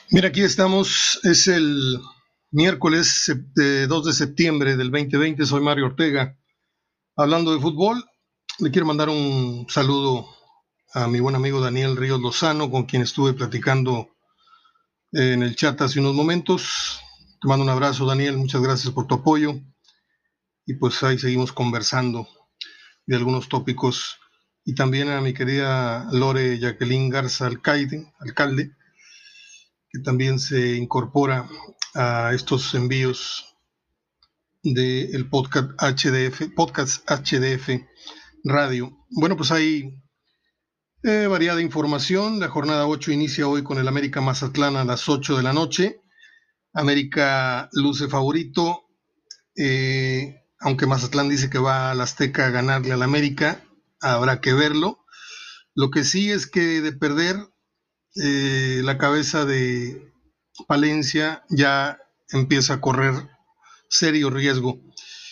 Mira, aquí estamos, es el miércoles 2 de septiembre del 2020, soy Mario Ortega. Hablando de fútbol, le quiero mandar un saludo a mi buen amigo Daniel Ríos Lozano, con quien estuve platicando en el chat hace unos momentos. Te mando un abrazo, Daniel, muchas gracias por tu apoyo. Y pues ahí seguimos conversando de algunos tópicos. Y también a mi querida Lore Jacqueline Garza alcalde, que también se incorpora a estos envíos del podcast HDF Radio. Bueno, pues hay variada información. La jornada 8 inicia hoy con el América Mazatlán a las 8 de la noche. América luce favorito, aunque Mazatlán dice que va al Azteca a ganarle al América, habrá que verlo. Lo que sí es que de perder, la cabeza de Palencia ya empieza a correr serio riesgo.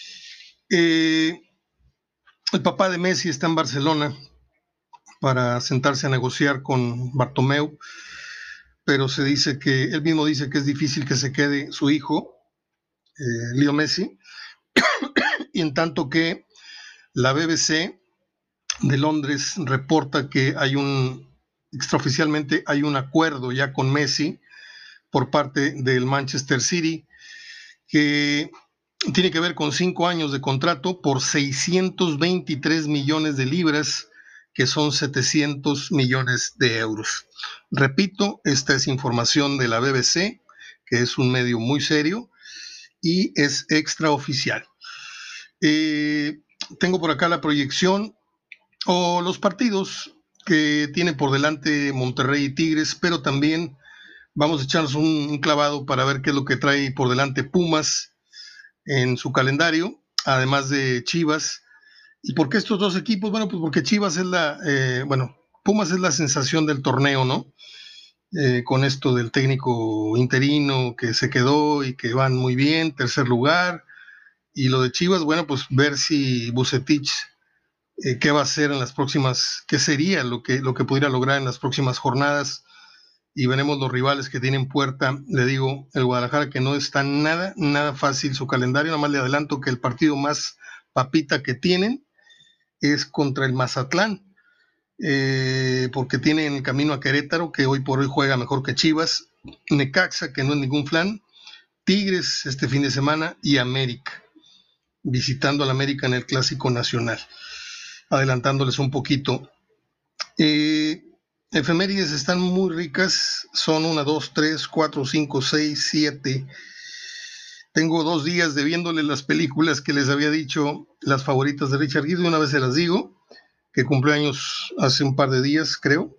El papá de Messi está en Barcelona para sentarse a negociar con Bartomeu, pero se dice que él mismo dice que es difícil que se quede su hijo, Leo Messi, y en tanto que la BBC de Londres reporta que extraoficialmente hay un acuerdo ya con Messi por parte del Manchester City que tiene que ver con 5 años de contrato por 623 millones de libras, que son 700 millones de euros. Repito, esta es información de la BBC, que es un medio muy serio y es extraoficial. Tengo por acá la proyección o los partidos que tiene por delante Monterrey y Tigres, pero también vamos a echarnos un clavado para ver qué es lo que trae por delante Pumas en su calendario, además de Chivas. ¿Y por qué estos dos equipos? Bueno, pues porque Chivas es Pumas es la sensación del torneo, ¿no? Con esto del técnico interino que se quedó y que van muy bien, tercer lugar. Y lo de Chivas, bueno, pues ver si Bucetich, qué va a hacer en las próximas, qué sería lo que pudiera lograr en las próximas jornadas. Y veremos los rivales que tienen puerta. Le digo, el Guadalajara, que no está nada fácil su calendario. Nada más le adelanto que el partido más papita que tienen es contra el Mazatlán, porque tienen el camino a Querétaro, que hoy por hoy juega mejor que Chivas, Necaxa, que no es ningún flan, Tigres este fin de semana y América, visitando al América en el Clásico Nacional, adelantándoles un poquito. Efemérides están muy ricas, son 1, 2, 3, 4, 5, 6, 7. Tengo 2 días de viéndole las películas que les había dicho, las favoritas de Richard Gere, de una vez se las digo, que cumplió años hace un par de días, creo.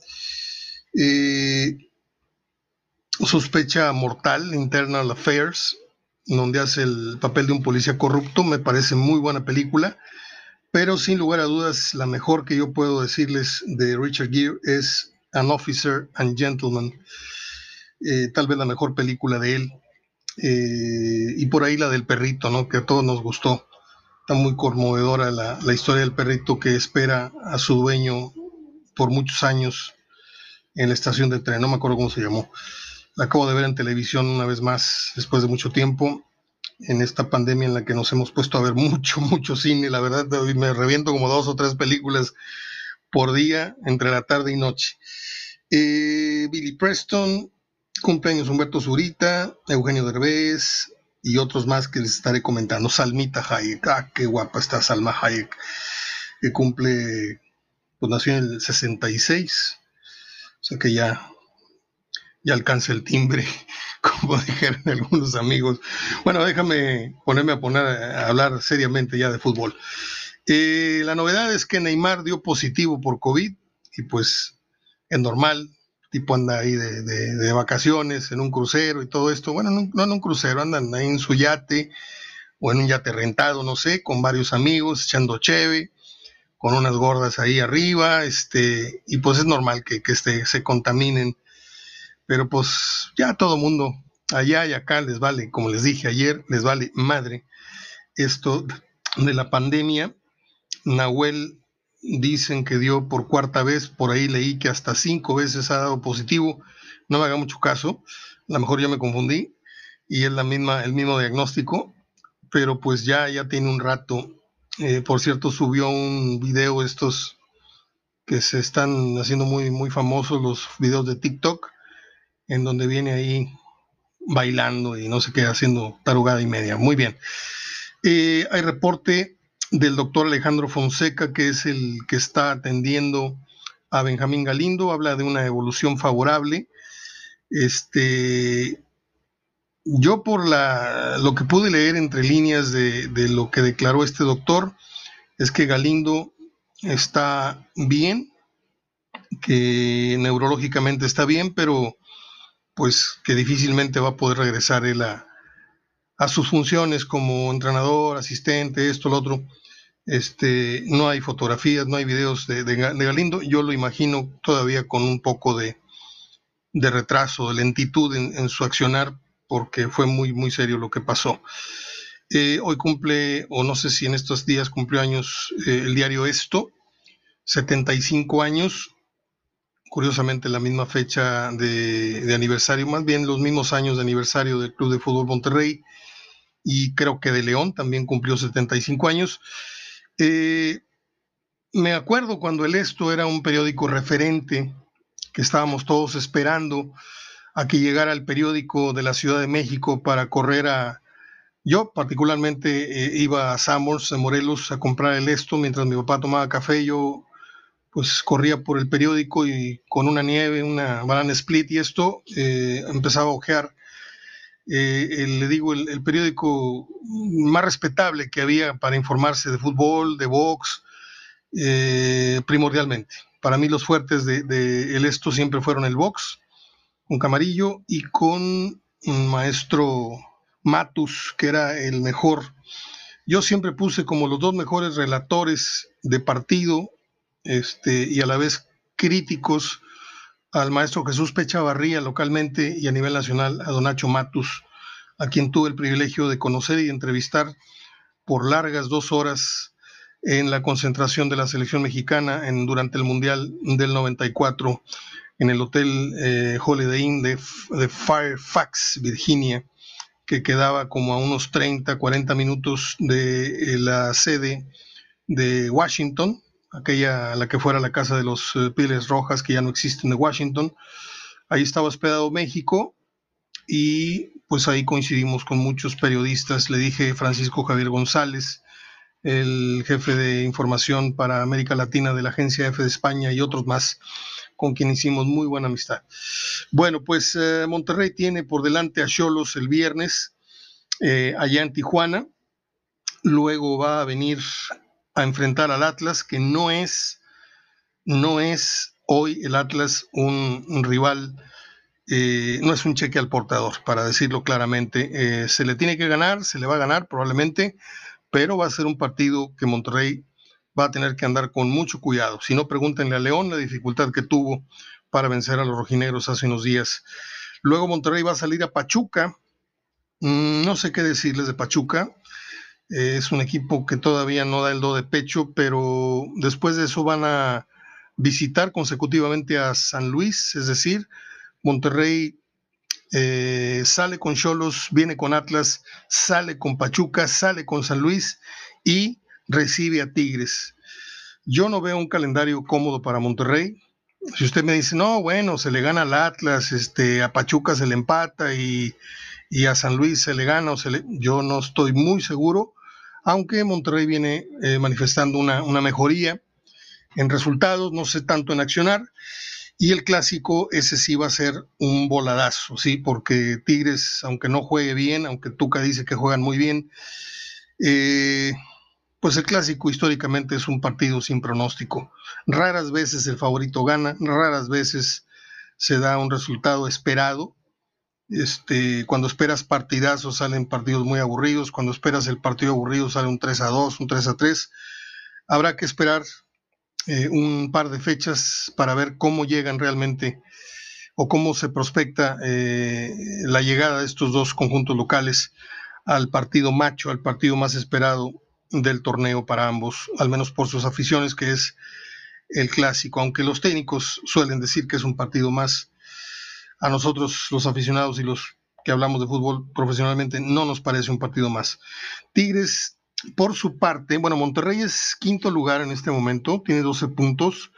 Sospecha Mortal, Internal Affairs, donde hace el papel de un policía corrupto, me parece muy buena película, pero sin lugar a dudas, la mejor que yo puedo decirles de Richard Gere es An Officer and Gentleman, tal vez la mejor película de él, y por ahí la del perrito, ¿no? Que a todos nos gustó. Está muy conmovedora la historia del perrito que espera a su dueño por muchos años en la estación de tren, no me acuerdo cómo se llamó. La acabo de ver en televisión una vez más, después de mucho tiempo, en esta pandemia en la que nos hemos puesto a ver mucho cine. La verdad, me reviento como 2 o 3 películas por día, entre la tarde y noche. Billy Preston, cumpleaños Humberto Zurita, Eugenio Derbez y otros más que les estaré comentando. Salmita Hayek, qué guapa está Salma Hayek, que cumple, pues nació en el 66, o sea que ya alcanza el timbre, como dijeron algunos amigos. Bueno, déjame poner a hablar seriamente ya de fútbol. La novedad es que Neymar dio positivo por COVID y pues es normal, tipo anda ahí de vacaciones en un crucero y todo esto. Bueno, no en un crucero, andan ahí en su yate o en un yate rentado, no sé, con varios amigos, echando cheve, con unas gordas ahí arriba, y pues es normal que se contaminen, pero pues ya todo mundo, allá y acá les vale, como les dije ayer, les vale madre esto de la pandemia. Nahuel dicen que dio por cuarta vez, por ahí leí que hasta 5 veces ha dado positivo, no me haga mucho caso, a lo mejor ya me confundí y es el mismo diagnóstico, pero pues ya tiene un rato. Por cierto, subió un video estos que se están haciendo muy famosos, los videos de TikTok, en donde viene ahí bailando y no sé qué, haciendo tarugada y media. Muy bien. Hay reporte del doctor Alejandro Fonseca, que es el que está atendiendo a Benjamín Galindo, habla de una evolución favorable. Yo lo que pude leer entre líneas de lo que declaró este doctor es que Galindo está bien, que neurológicamente está bien, pero pues que difícilmente va a poder regresar él a sus funciones como entrenador, asistente, esto, lo otro. No hay fotografías, no hay videos de Galindo. Yo lo imagino todavía con un poco de retraso, de lentitud en su accionar, porque fue muy serio lo que pasó. Hoy cumple, o no sé si en estos días cumplió años, el diario Esto, 75 años, curiosamente la misma fecha de aniversario, más bien los mismos años de aniversario del Club de Fútbol Monterrey, y creo que de León también cumplió 75 años. Me acuerdo cuando el Esto era un periódico referente, que estábamos todos esperando a que llegara el periódico de la Ciudad de México para correr a... Yo particularmente iba a Summers, en Morelos, a comprar el Esto, mientras mi papá tomaba café. Yo pues corría por el periódico y con una nieve, una banana split y esto, empezaba a ojear, le digo, el periódico más respetable que había para informarse de fútbol, de box, primordialmente. Para mí los fuertes de el Esto siempre fueron el box, con Camarillo y con un maestro Matus, que era el mejor. Yo siempre puse como los dos mejores relatores de partido, y a la vez críticos, al maestro Jesús Pechavarría localmente y a nivel nacional a don Nacho Matus, a quien tuve el privilegio de conocer y entrevistar por largas 2 horas en la concentración de la selección mexicana durante el Mundial del 94 en el Hotel Holiday Inn de Fairfax, Virginia, que quedaba como a unos 30-40 minutos de la sede de Washington, aquella la que fuera la casa de los Pieles Rojas, que ya no existen, de Washington. Ahí estaba hospedado México y pues ahí coincidimos con muchos periodistas. Le dije Francisco Javier González, el jefe de información para América Latina de la Agencia F de España, y otros más con quien hicimos muy buena amistad. Bueno, pues Monterrey tiene por delante a Xolos el viernes, allá en Tijuana. Luego va a venir a enfrentar al Atlas, que no es hoy el Atlas un rival, no es un cheque al portador, para decirlo claramente. Se le tiene que ganar, se le va a ganar probablemente, pero va a ser un partido que Monterrey va a tener que andar con mucho cuidado. Si no, pregúntenle a León la dificultad que tuvo para vencer a los rojinegros hace unos días. Luego Monterrey va a salir a Pachuca. No sé qué decirles de Pachuca. Es un equipo que todavía no da el do de pecho, pero después de eso van a visitar consecutivamente a San Luis, es decir, Monterrey sale con Xolos, viene con Atlas, sale con Pachuca, sale con San Luis y recibe a Tigres. Yo no veo un calendario cómodo para Monterrey. Si usted me dice, no, bueno, se le gana al Atlas, a Pachuca se le empata y a San Luis se le gana, yo no estoy muy seguro, aunque Monterrey viene manifestando una mejoría en resultados, no sé tanto en accionar. Y el clásico, ese sí va a ser un voladazo, ¿sí? Porque Tigres, aunque no juegue bien, aunque Tuca dice que juegan muy bien, pues el clásico históricamente es un partido sin pronóstico. Raras veces el favorito gana, raras veces se da un resultado esperado. Cuando esperas partidazos salen partidos muy aburridos, cuando esperas el partido aburrido sale un 3-2, un 3-3. Habrá que esperar un par de fechas para ver cómo llegan realmente o cómo se prospecta la llegada de estos dos conjuntos locales al partido macho, al partido más esperado del torneo para ambos, al menos por sus aficiones, que es el clásico, aunque los técnicos suelen decir que es un partido más a nosotros los aficionados y los que hablamos de fútbol profesionalmente no nos parece un partido más. Tigres, por su parte, bueno, Monterrey es quinto lugar en este momento, tiene 12 puntos.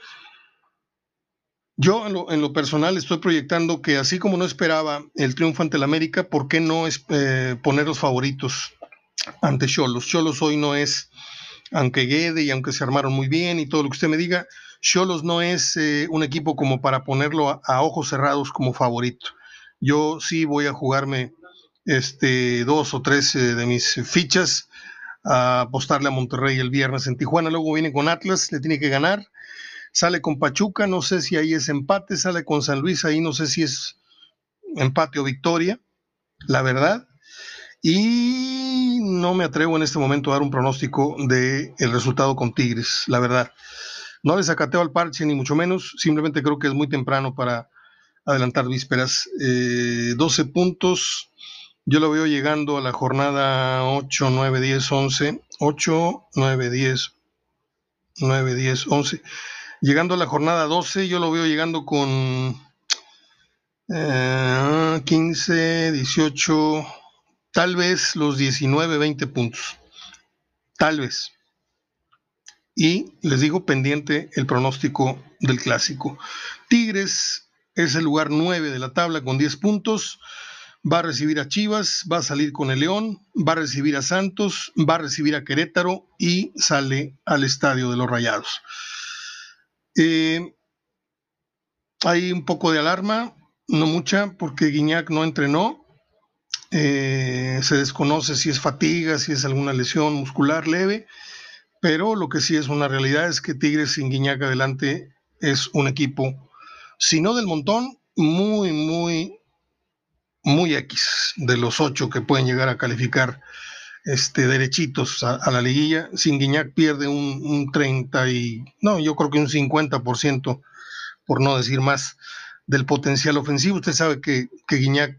Yo en lo personal estoy proyectando que así como no esperaba el triunfo ante el América, ¿por qué no poner los favoritos ante Xolos? Xolos hoy no es, aunque Guede y aunque se armaron muy bien y todo lo que usted me diga, Xolos no es un equipo como para ponerlo a ojos cerrados como favorito. Yo sí voy a jugarme dos o tres de mis fichas a apostarle a Monterrey el viernes en Tijuana, luego viene con Atlas, le tiene que ganar, sale con Pachuca, no sé si ahí es empate, sale con San Luis, ahí no sé si es empate o victoria, la verdad, y no me atrevo en este momento a dar un pronóstico de el resultado con Tigres, la verdad. No le sacateo al parche ni mucho menos, simplemente creo que es muy temprano para adelantar vísperas. 12 puntos, yo lo veo llegando a la jornada 8, 9, 10, 11, 8, 9, 10, 9, 10, 11. Llegando a la jornada 12, yo lo veo llegando con 15, 18, tal vez los 19, 20 puntos. Tal vez. Y les digo pendiente el pronóstico del clásico. Tigres es el lugar 9 de la tabla con 10 puntos. Va a recibir a Chivas, va a salir con el León, va a recibir a Santos, va a recibir a Querétaro y sale al estadio de los Rayados. Hay un poco de alarma, no mucha, porque Guiñac no entrenó. Se desconoce si es fatiga, si es alguna lesión muscular leve, pero lo que sí es una realidad es que Tigres sin Guiñac adelante es un equipo, si no del montón, muy, muy, muy X, de los 8 que pueden llegar a calificar derechitos a la liguilla. Sin Guiñac pierde un 30 y, no, yo creo que un 50%, por no decir más, del potencial ofensivo. Usted sabe que Guiñac,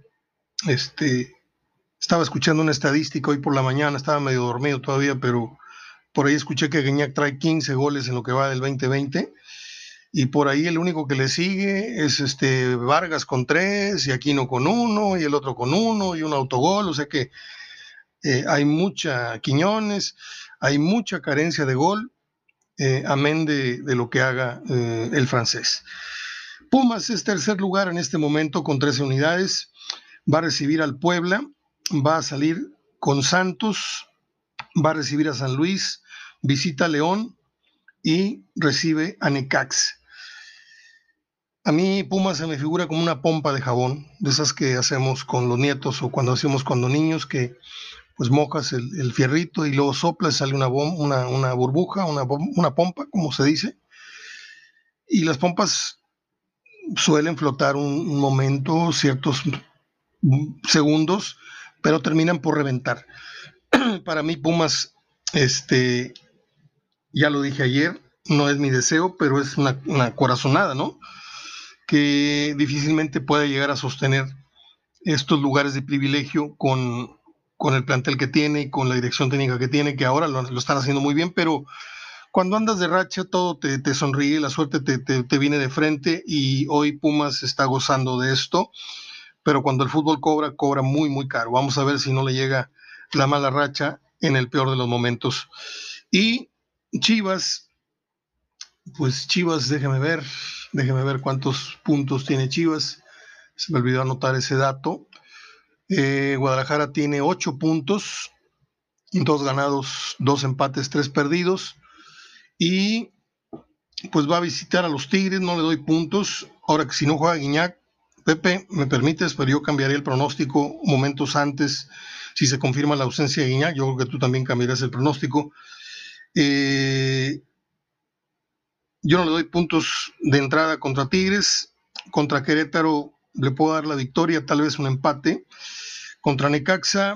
estaba escuchando una estadística hoy por la mañana, estaba medio dormido todavía, pero por ahí escuché que Guiñac trae 15 goles en lo que va del 2020, y por ahí el único que le sigue es Vargas con 3, y Aquino con 1, y el otro con 1, y un autogol, o sea que hay mucha Quiñones, hay mucha carencia de gol, amén de lo que haga el francés. Pumas es tercer lugar en este momento con 13 unidades, va a recibir al Puebla, va a salir con Santos, va a recibir a San Luis, visita a León y recibe a Necax. A mí Pumas se me figura como una pompa de jabón, de esas que hacemos con los nietos o cuando hacemos cuando niños, que pues mojas el fierrito y luego soplas, sale una burbuja, una pompa, como se dice, y las pompas suelen flotar un momento, ciertos segundos, pero terminan por reventar. Para mí Pumas, ya lo dije ayer, no es mi deseo, pero es una corazonada, ¿no? Que difícilmente pueda llegar a sostener estos lugares de privilegio con el plantel que tiene y con la dirección técnica que tiene, que ahora lo están haciendo muy bien, pero cuando andas de racha todo te sonríe, la suerte te viene de frente, y hoy Pumas está gozando de esto, pero cuando el fútbol cobra muy, muy caro. Vamos a ver si no le llega la mala racha en el peor de los momentos. Y Chivas, pues Chivas, déjeme ver cuántos puntos tiene Chivas. Se me olvidó anotar ese dato. Guadalajara tiene 8 puntos, 2 ganados, 2 empates, 3 perdidos. Y pues va a visitar a los Tigres, no le doy puntos. Ahora que si no juega Guiñac, Pepe, me permites, pero yo cambiaría el pronóstico momentos antes. Si se confirma la ausencia de Guiñac, yo creo que tú también cambiarás el pronóstico. Yo no le doy puntos de entrada contra Tigres. Contra Querétaro le puedo dar la victoria, tal vez un empate. Contra Necaxa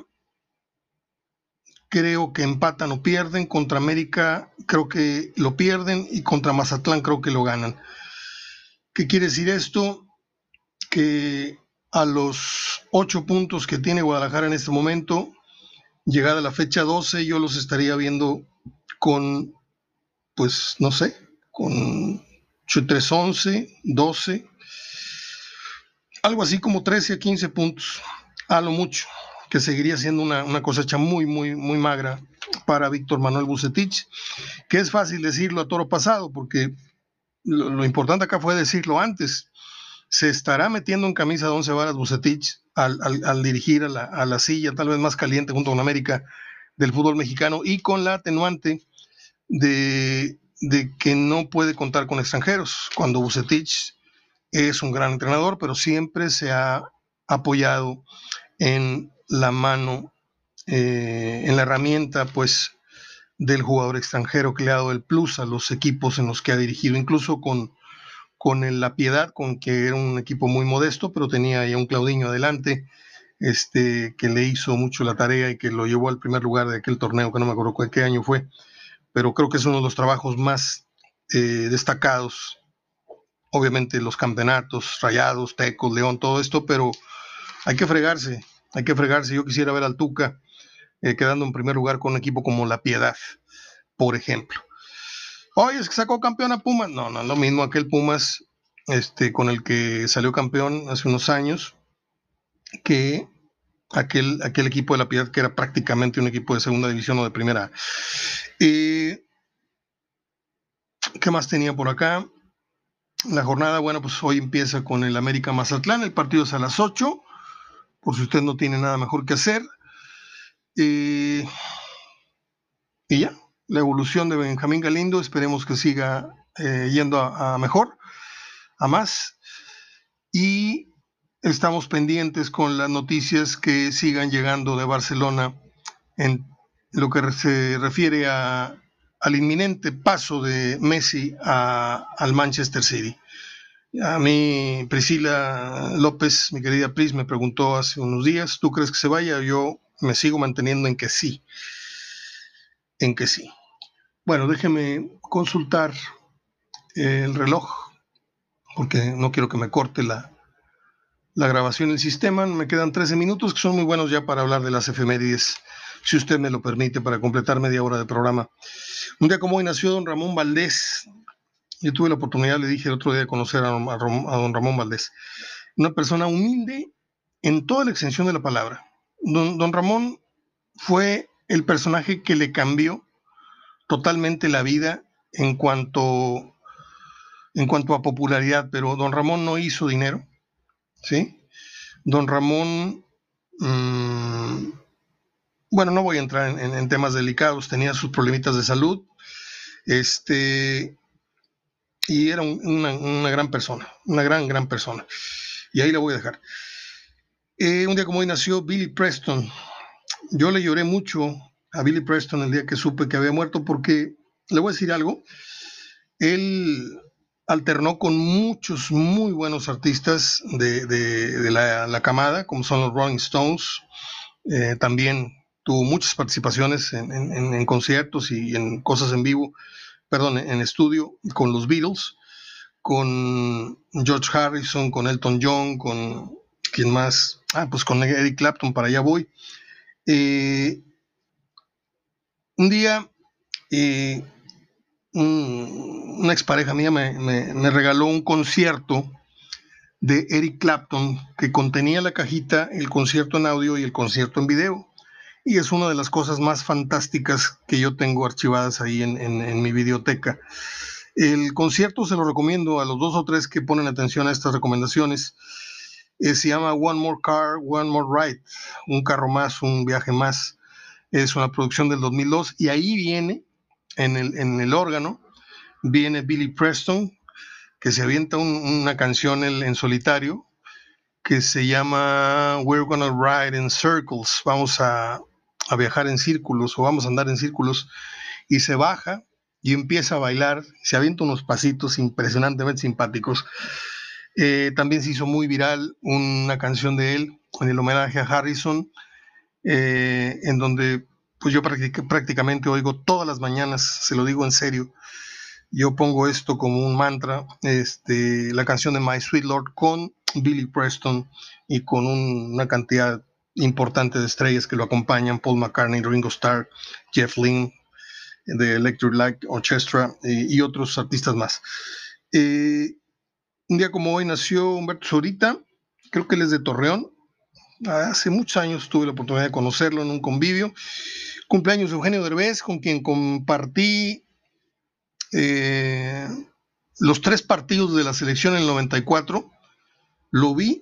creo que empatan o pierden. Contra América creo que lo pierden, y contra Mazatlán creo que lo ganan. ¿Qué quiere decir esto? Que a los 8 puntos que tiene Guadalajara en este momento, llegada la fecha 12, yo los estaría viendo con, pues no sé, con 3-11, 12. algo así como 13 a 15 puntos, a lo mucho, que seguiría siendo una cosecha muy, muy, muy magra para Víctor Manuel Vucetich, que es fácil decirlo a toro pasado, porque lo importante acá fue decirlo antes. Se estará metiendo en camisa de 11 varas Vucetich al dirigir a la silla tal vez más caliente junto con América del fútbol mexicano, y con la atenuante de que no puede contar con extranjeros, cuando Vucetich es un gran entrenador, pero siempre se ha apoyado en la mano, en la herramienta, pues, del jugador extranjero, que le ha dado el plus a los equipos en los que ha dirigido, incluso con La Piedad, con que era un equipo muy modesto, pero tenía ya un Claudinho adelante, que le hizo mucho la tarea y que lo llevó al primer lugar de aquel torneo, que no me acuerdo qué año fue, pero creo que es uno de los trabajos más destacados. Obviamente los campeonatos, Rayados, Tecos, León, todo esto, pero hay que fregarse, hay que fregarse. Yo quisiera ver al Tuca quedando en primer lugar con un equipo como La Piedad, por ejemplo. Oye, es que sacó campeón a Pumas. No, no es lo mismo aquel Pumas con el que salió campeón hace unos años que aquel equipo de La Piedad, que era prácticamente un equipo de segunda división o de primera. ¿Qué más tenía por acá? La jornada, bueno, pues hoy empieza con el América Mazatlán. El partido es a las 8, por si usted no tiene nada mejor que hacer. Y ya, la evolución de Benjamín Galindo, esperemos que siga yendo a mejor, a más. Y estamos pendientes con las noticias que sigan llegando de Barcelona en lo que se refiere al inminente paso de Messi al Manchester City. A mí, Priscila López, mi querida Pris, me preguntó hace unos días, ¿tú crees que se vaya? Yo me sigo manteniendo en que sí, en que sí. Bueno, déjeme consultar el reloj, porque no quiero que me corte la grabación del sistema. Me quedan 13 minutos, que son muy buenos ya para hablar de las efemérides, si usted me lo permite, para completar media hora de programa. Un día como hoy nació don Ramón Valdés. Yo tuve la oportunidad, le dije el otro día, de conocer a don Ramón Valdés. Una persona humilde en toda la extensión de la palabra. Don Ramón fue el personaje que le cambió totalmente la vida en cuanto a popularidad, pero don Ramón no hizo dinero, ¿sí? Don Ramón, bueno, no voy a entrar en temas delicados, tenía sus problemitas de salud, y era una gran persona, una gran persona. Y ahí la voy a dejar. Un día como hoy nació Billy Preston. Yo le lloré mucho a Billy Preston el día que supe que había muerto, porque, le voy a decir algo, él alternó con muchos muy buenos artistas de la camada, como son los Rolling Stones. También tuvo muchas participaciones en conciertos y en cosas en vivo, perdón, en estudio, con los Beatles, con George Harrison, con Elton John, con ¿quién más? Pues con Eric Clapton, para allá voy. Un día, una expareja mía me regaló un concierto de Eric Clapton que contenía la cajita, el concierto en audio y el concierto en video. Y es una de las cosas más fantásticas que yo tengo archivadas ahí en mi videoteca. El concierto se lo recomiendo a los 2 o 3 que ponen atención a estas recomendaciones. Se llama One More Car, One More Ride, un carro más, un viaje más. Es una producción del 2002, y ahí viene, en el órgano, viene Billy Preston, que se avienta una canción en solitario, que se llama We're Gonna Ride in Circles, vamos a viajar en círculos, o vamos a andar en círculos, y se baja y empieza a bailar, se avienta unos pasitos impresionantemente simpáticos. También se hizo muy viral una canción de él en el homenaje a Harrison, en donde pues yo prácticamente oigo todas las mañanas, se lo digo en serio, yo pongo esto como un mantra, la canción de My Sweet Lord con Billy Preston y con una cantidad importante de estrellas que lo acompañan: Paul McCartney, Ringo Starr, Jeff Lynne de Electric Light Orchestra, y otros artistas más. Un día como hoy nació Humberto Zurita, creo que él es de Torreón. Hace muchos años tuve la oportunidad de conocerlo en un convivio. Cumpleaños de Eugenio Derbez, con quien compartí eh, los 3 partidos de la selección en el 94. Lo vi,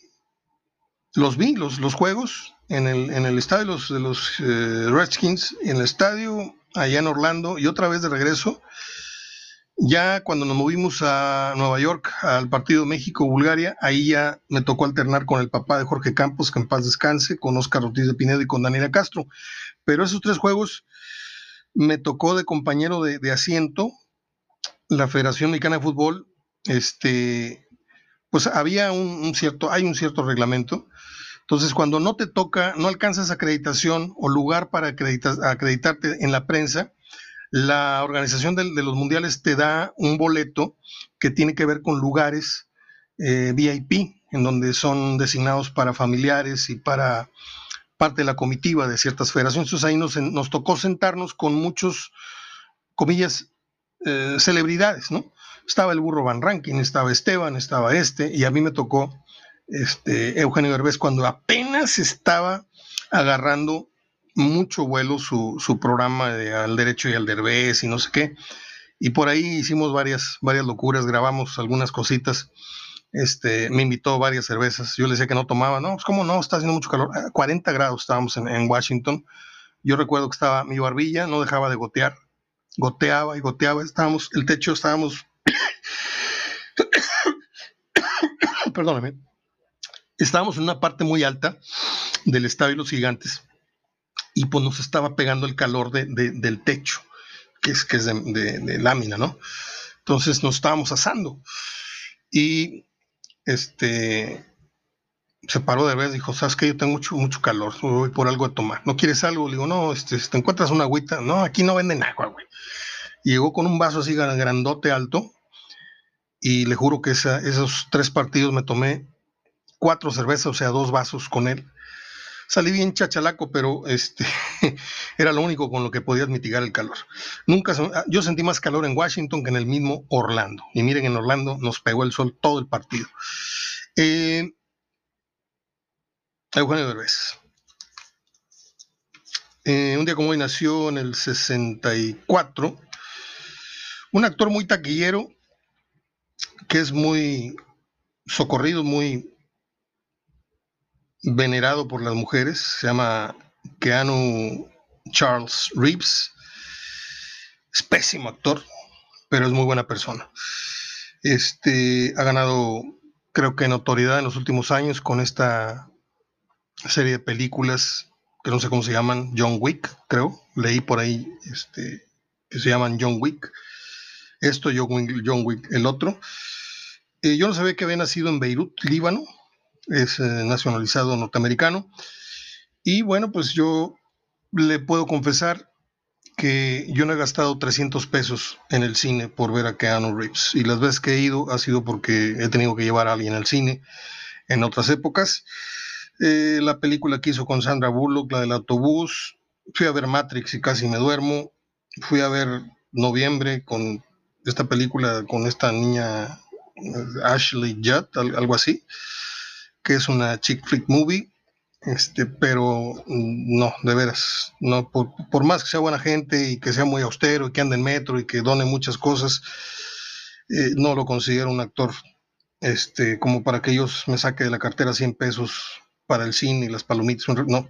los juegos en el estadio de los Redskins, en el estadio allá en Orlando, y otra vez de regreso. Ya cuando nos movimos a Nueva York al partido México-Bulgaria, ahí ya me tocó alternar con el papá de Jorge Campos, que en paz descanse, con Oscar Ortiz de Pinedo y con Daniela Castro. Pero esos 3 juegos me tocó de compañero de asiento. La Federación Mexicana de Fútbol, pues había hay un cierto reglamento. Entonces, cuando no te toca, no alcanzas acreditación o lugar para acreditarte en la prensa, la organización de los mundiales te da un boleto que tiene que ver con lugares VIP, en donde son designados para familiares y para parte de la comitiva de ciertas federaciones. Entonces ahí nos tocó sentarnos con muchos, comillas, celebridades, ¿no? Estaba el burro Van Rankin, estaba Esteban, estaba y a mí me tocó Eugenio Derbez cuando apenas estaba agarrando mucho vuelo su programa de Al Derecho y al Derbez y no sé qué. Y por ahí hicimos varias locuras, grabamos algunas cositas. Me invitó varias cervezas. Yo le decía que no tomaba. No, pues cómo no, está haciendo mucho calor. 40 grados estábamos en Washington. Yo recuerdo que estaba mi barbilla, no dejaba de gotear. Goteaba y goteaba. Estábamos, perdóname, estábamos en una parte muy alta del Estadio de los Gigantes y pues nos estaba pegando el calor del techo, que es de lámina, ¿no? Entonces nos estábamos asando y se paró de vez, dijo, ¿sabes qué? Yo tengo mucho calor, voy por algo a tomar. ¿No quieres algo? Le digo, no, ¿te encuentras una agüita? No, aquí no venden agua, güey. Y llegó con un vaso así grandote, alto, y le juro que esos 3 partidos me tomé 4 cervezas, o sea, 2 vasos con él. Salí bien chachalaco, pero era lo único con lo que podías mitigar el calor. Yo sentí más calor en Washington que en el mismo Orlando. Y miren, en Orlando nos pegó el sol todo el partido. Eugenio Derbez. Un día como hoy nació en el 64 un actor muy taquillero que es muy socorrido, muy venerado por las mujeres. Se llama Keanu Charles Reeves. Es pésimo actor, pero es muy buena persona. Ha ganado, creo que, notoriedad en los últimos años con esta serie de películas que no sé cómo se llaman, John Wick, creo. Leí por ahí que se llaman John Wick. John Wick, el otro. Yo no sabía que había nacido en Beirut, Líbano. Es nacionalizado norteamericano. Y bueno, pues yo le puedo confesar que yo no he gastado 300 pesos en el cine por ver a Keanu Reeves. Y las veces que he ido ha sido porque he tenido que llevar a alguien al cine en otras épocas. La película que hizo con Sandra Bullock, la del autobús. Fui a ver Matrix y casi me duermo. Fui a ver Noviembre con esta película con esta niña Ashley Judd, algo así, que es una chick flick movie. Pero no, de veras, no, por más que sea buena gente y que sea muy austero y que ande en metro y que done muchas cosas, no lo considero un actor como para que ellos me saque de la cartera 100 pesos para el cine y las palomitas, no.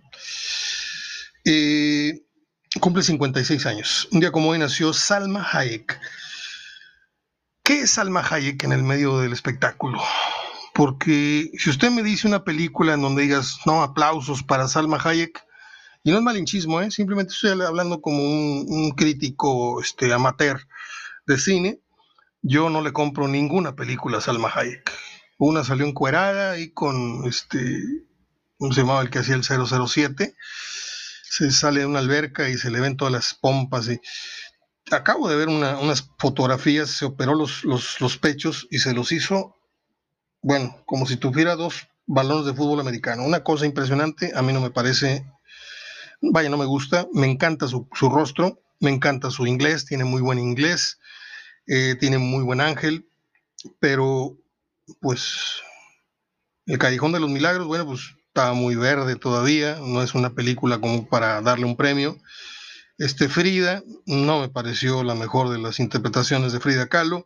Cumple 56 años. Un día como hoy nació Salma Hayek. ¿Qué es Salma Hayek en el medio del espectáculo? Porque si usted me dice una película en donde digas, no, aplausos para Salma Hayek, y no es malinchismo, simplemente estoy hablando como un crítico amateur de cine, yo no le compro ninguna película a Salma Hayek. Una salió encuerada y con ¿cómo se llamaba el que hacía el 007? Se sale de una alberca y se le ven todas las pompas. Y acabo de ver unas fotografías, se operó los pechos y se los hizo, bueno, como si tuviera 2 balones de fútbol americano. Una cosa impresionante, a mí no me parece, vaya, no me gusta, me encanta su rostro, me encanta su inglés, tiene muy buen inglés, tiene muy buen ángel, pero pues El Callejón de los Milagros, bueno, pues estaba muy verde todavía, no es una película como para darle un premio. Frida, no me pareció la mejor de las interpretaciones de Frida Kahlo.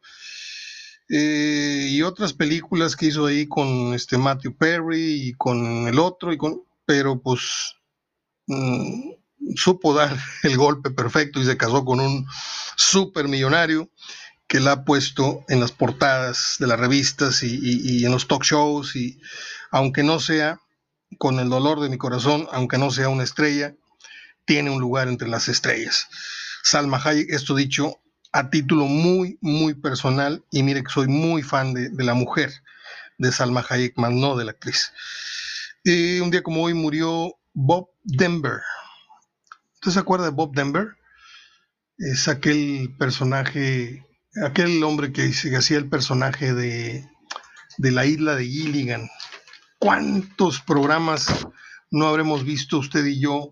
Y otras películas que hizo ahí con Matthew Perry y con el otro, pero pues mmm, supo dar el golpe perfecto y se casó con un super millonario que la ha puesto en las portadas de las revistas y en los talk shows, y aunque no sea, con el dolor de mi corazón, aunque no sea una estrella, tiene un lugar entre las estrellas. Salma Hayek, esto dicho a título muy, muy personal, y mire que soy muy fan de la mujer de Salma Hayek, más no de la actriz. Un día como hoy murió Bob Denver. ¿Usted se acuerda de Bob Denver? Es aquel personaje, aquel hombre que hacía el personaje de la isla de Gilligan. ¿Cuántos programas no habremos visto usted y yo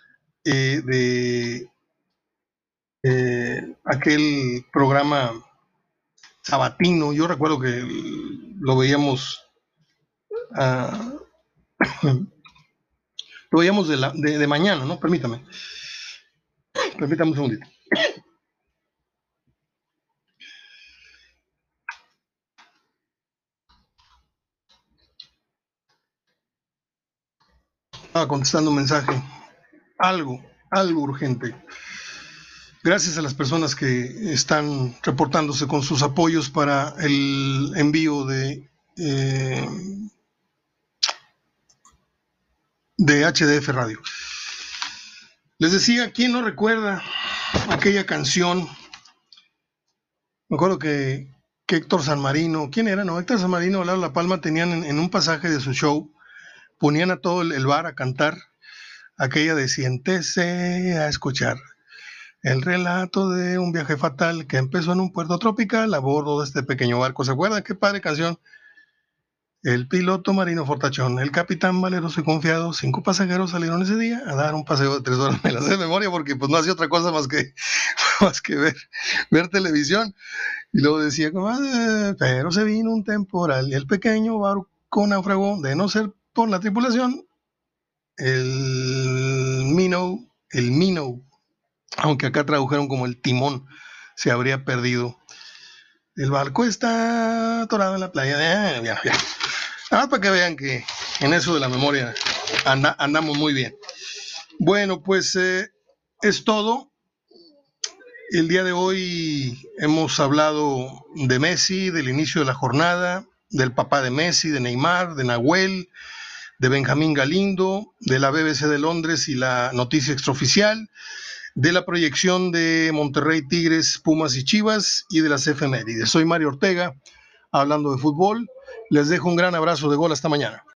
de aquel programa sabatino? Yo recuerdo que lo veíamos, uh, lo veíamos de mañana, ¿no? Permítame un segundito. Estaba contestando un mensaje, algo urgente. Gracias a las personas que están reportándose con sus apoyos para el envío de HDF Radio. Les decía, ¿quién no recuerda aquella canción? Me acuerdo que Héctor San Marino, ¿quién era? No, Héctor San Marino, Lalo La Palma tenían en un pasaje de su show, ponían a todo el bar a cantar aquella de siéntese a escuchar el relato de un viaje fatal que empezó en un puerto tropical a bordo de este pequeño barco. ¿Se acuerdan? Qué padre canción. El piloto marino fortachón, el capitán valeroso y confiado, 5 pasajeros salieron ese día a dar un paseo de 3 horas. Me las sé de memoria porque pues no hacía otra cosa más que, más que ver televisión. Y luego decía, pero se vino un temporal y el pequeño barco naufragó, de no ser por la tripulación, el Minnow, aunque acá tradujeron como el timón, se habría perdido. El barco está atorado en la playa. Ya. Nada más para que vean que en eso de la memoria andamos muy bien. Bueno, pues es todo. El día de hoy hemos hablado de Messi, del inicio de la jornada, del papá de Messi, de Neymar, de Nahuel, de Benjamín Galindo, de la BBC de Londres y la noticia extraoficial, de la proyección de Monterrey, Tigres, Pumas y Chivas, y de las efemérides. Soy Mario Ortega, hablando de fútbol. Les dejo un gran abrazo de gol hasta mañana.